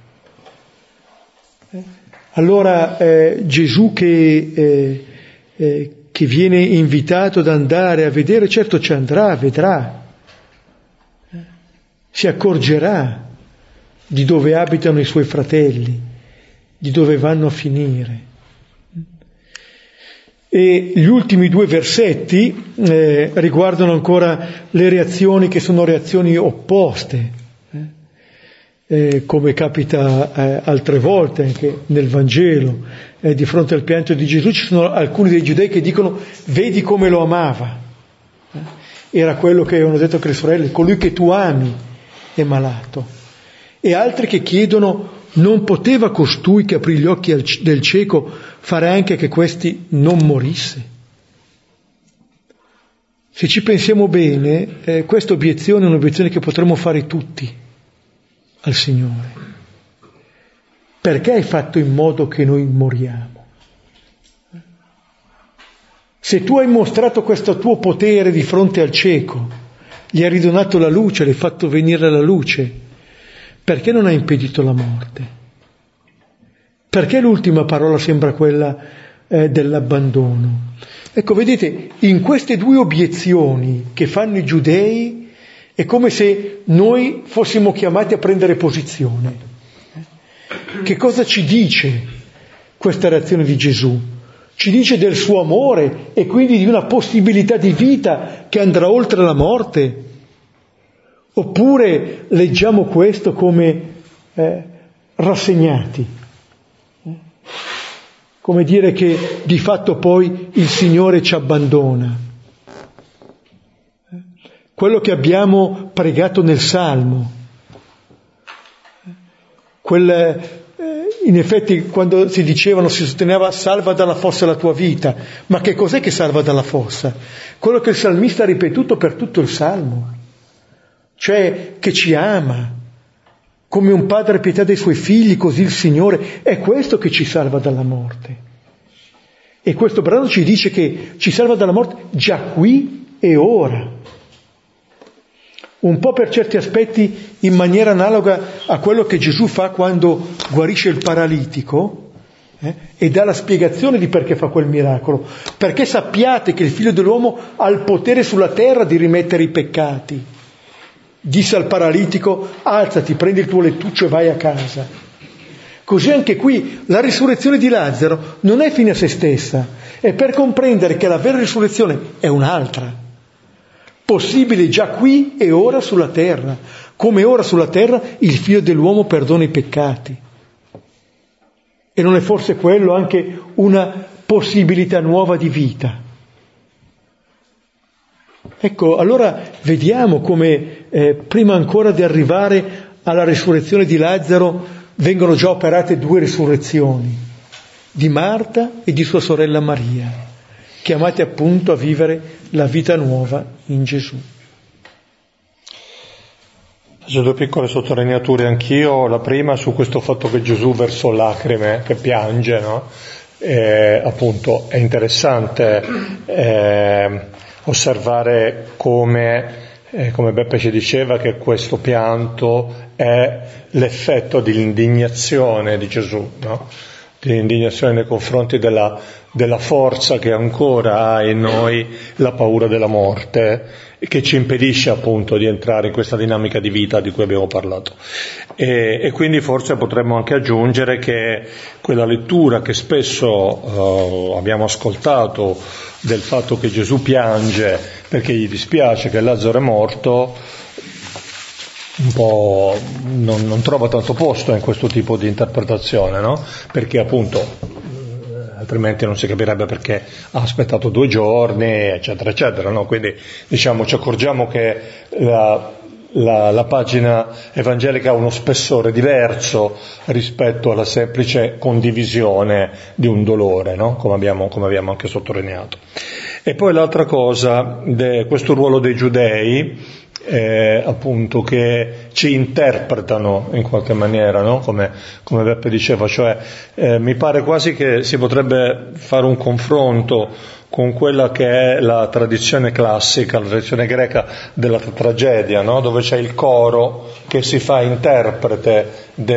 Allora Gesù che viene invitato ad andare a vedere, certo ci andrà, vedrà. Si accorgerà di dove abitano i suoi fratelli, di dove vanno a finire. E gli ultimi 2 versetti riguardano ancora le reazioni, che sono reazioni opposte, come capita altre volte anche nel Vangelo. Di fronte al pianto di Gesù ci sono alcuni dei giudei che dicono: vedi come lo amava. Era quello che avevano detto che le sorelle: colui che tu ami è malato. E altri che chiedono: non poteva costui che aprì gli occhi del cieco fare anche che questi non morisse? Se ci pensiamo bene, questa obiezione è un'obiezione che potremmo fare tutti al Signore. Perché hai fatto in modo che noi moriamo? Se tu hai mostrato questo tuo potere di fronte al cieco, gli hai ridonato la luce, l'hai fatto venire la luce, perché non hai impedito la morte? Perché l'ultima parola sembra quella dell'abbandono? Ecco, vedete, in queste 2 obiezioni che fanno i giudei è come se noi fossimo chiamati a prendere posizione. Che cosa ci dice questa reazione di Gesù? Ci dice del suo amore e quindi di una possibilità di vita che andrà oltre la morte? Oppure leggiamo questo come rassegnati? Come dire che di fatto poi il Signore ci abbandona? Quello che abbiamo pregato nel Salmo, in effetti quando si sosteneva salva dalla fossa la tua vita, ma che cos'è che salva dalla fossa? Quello che il salmista ha ripetuto per tutto il Salmo, cioè che ci ama, come un padre ha pietà dei suoi figli, così il Signore, è questo che ci salva dalla morte. E questo brano ci dice che ci salva dalla morte già qui e ora. Un po' per certi aspetti in maniera analoga a quello che Gesù fa quando guarisce il paralitico e dà la spiegazione di perché fa quel miracolo. Perché sappiate che il Figlio dell'uomo ha il potere sulla terra di rimettere i peccati. Disse al paralitico: alzati, prendi il tuo lettuccio e vai a casa. Così anche qui la risurrezione di Lazzaro non è fine a se stessa, è per comprendere che la vera risurrezione è un'altra, possibile già qui e ora sulla terra, come ora sulla terra il Figlio dell'uomo perdona i peccati. E non è forse quello anche una possibilità nuova di vita? Ecco, allora vediamo come prima ancora di arrivare alla risurrezione di Lazzaro vengono già operate 2 risurrezioni, di Marta e di sua sorella Maria, chiamate appunto a vivere la vita nuova in Gesù. Faccio 2 piccole sottolineature anch'io, la prima su questo fatto che Gesù versò lacrime, che piange, no? Appunto è interessante osservare come Beppe ci diceva, che questo pianto è l'effetto dell'indignazione di Gesù, no? Di indignazione nei confronti della forza che ancora ha in noi la paura della morte, che ci impedisce appunto di entrare in questa dinamica di vita di cui abbiamo parlato. E quindi forse potremmo anche aggiungere che quella lettura che spesso abbiamo ascoltato del fatto che Gesù piange perché gli dispiace che Lazzaro è morto, un po' non trova tanto posto in questo tipo di interpretazione, no? Perché appunto altrimenti non si capirebbe perché ha aspettato 2 giorni, eccetera, eccetera, no? Quindi diciamo ci accorgiamo che la pagina evangelica ha uno spessore diverso rispetto alla semplice condivisione di un dolore, no? Come abbiamo anche sottolineato. E poi l'altra cosa, questo ruolo dei giudei, appunto, che ci interpretano in qualche maniera, no? Come Beppe diceva, cioè mi pare quasi che si potrebbe fare un confronto con quella che è la tradizione classica, la tradizione greca della tragedia, no? Dove c'è il coro che si fa interprete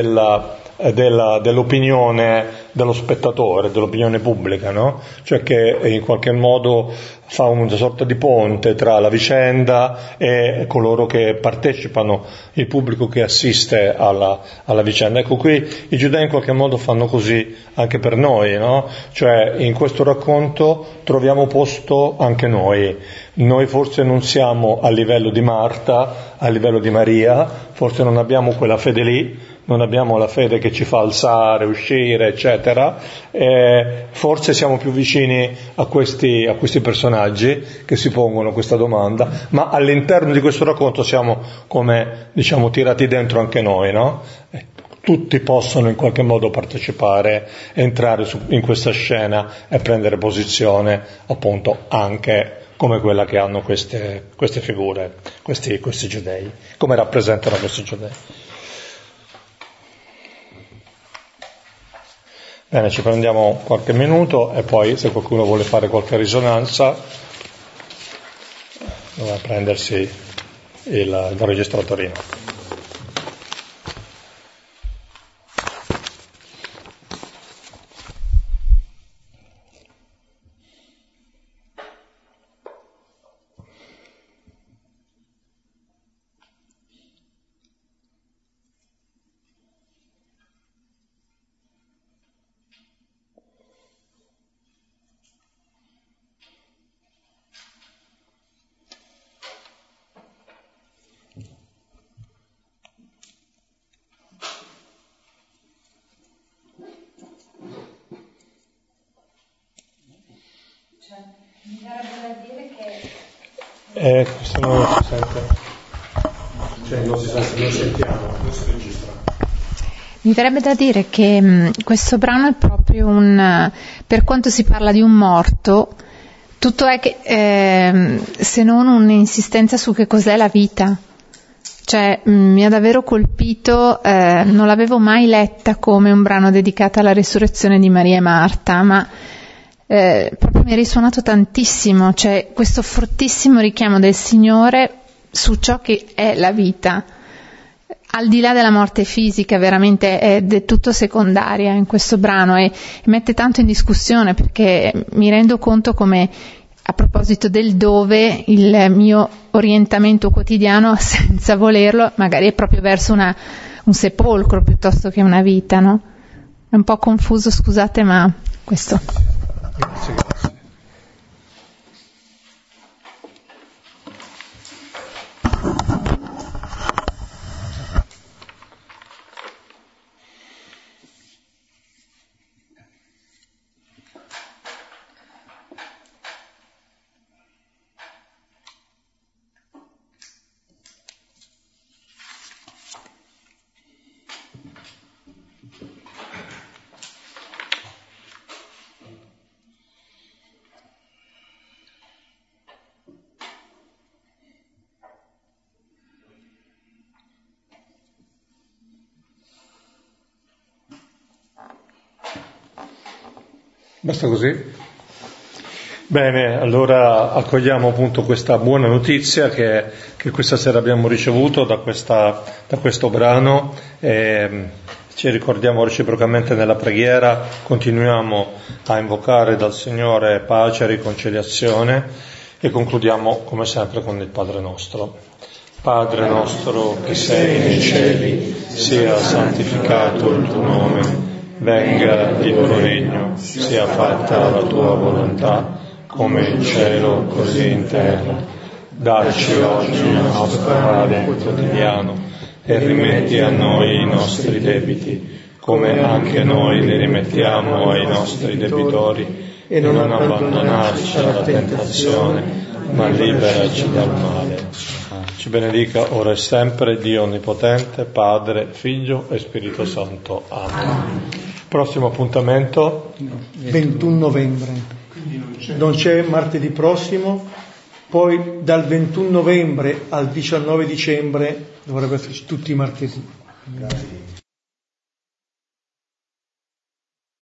dell'opinione dello spettatore, dell'opinione pubblica, no? Cioè che in qualche modo fa una sorta di ponte tra la vicenda e coloro che partecipano, il pubblico che assiste alla vicenda. Ecco, qui i giudei in qualche modo fanno così anche per noi, no? Cioè in questo racconto troviamo posto anche noi. Noi forse non siamo a livello di Marta, a livello di Maria, forse non abbiamo quella fede lì, non abbiamo la fede che ci fa alzare, uscire, eccetera, forse siamo più vicini a questi personaggi che si pongono questa domanda, ma all'interno di questo racconto siamo, come diciamo, tirati dentro anche noi, no? Tutti possono in qualche modo partecipare, entrare in questa scena e prendere posizione, appunto, anche come quella che hanno queste figure, questi giudei, come rappresentano questi giudei. Bene, ci prendiamo qualche minuto e poi se qualcuno vuole fare qualche risonanza dovrà prendersi il registratorino. Questo non si sente, cioè non sentiamo, non si registra. Mi verrebbe da dire che questo brano è proprio per quanto si parla di un morto, tutto è che, se non un'insistenza su che cos'è la vita. Cioè mi ha davvero colpito, non l'avevo mai letta come un brano dedicato alla risurrezione di Maria e Marta, ma proprio mi è risuonato tantissimo, cioè questo fortissimo richiamo del Signore su ciò che è la vita, al di là della morte fisica, veramente è del tutto secondaria in questo brano e mette tanto in discussione, perché mi rendo conto come, a proposito del dove, il mio orientamento quotidiano, senza volerlo, magari è proprio verso un sepolcro piuttosto che una vita, no? È un po' confuso, scusate, ma questo. Grazie. Basta così? Bene, allora accogliamo appunto questa buona notizia che questa sera abbiamo ricevuto da questo brano. Ci ricordiamo reciprocamente nella preghiera, continuiamo a invocare dal Signore pace e riconciliazione e concludiamo come sempre con il Padre nostro. Padre nostro che sei nei cieli, sia santificato il tuo nome. Venga il tuo regno, sia fatta la tua volontà, come in cielo così in terra. Dacci oggi il nostro pane quotidiano e rimetti a noi i nostri debiti, come anche noi li rimettiamo ai nostri debitori, e non abbandonarci alla tentazione, ma liberaci dal male. Ci benedica ora e sempre Dio Onnipotente, Padre, Figlio e Spirito Santo. Amen. Prossimo appuntamento? 21 novembre. Non c'è martedì prossimo, poi dal 21 novembre al 19 dicembre dovrebbe esserci tutti i martedì.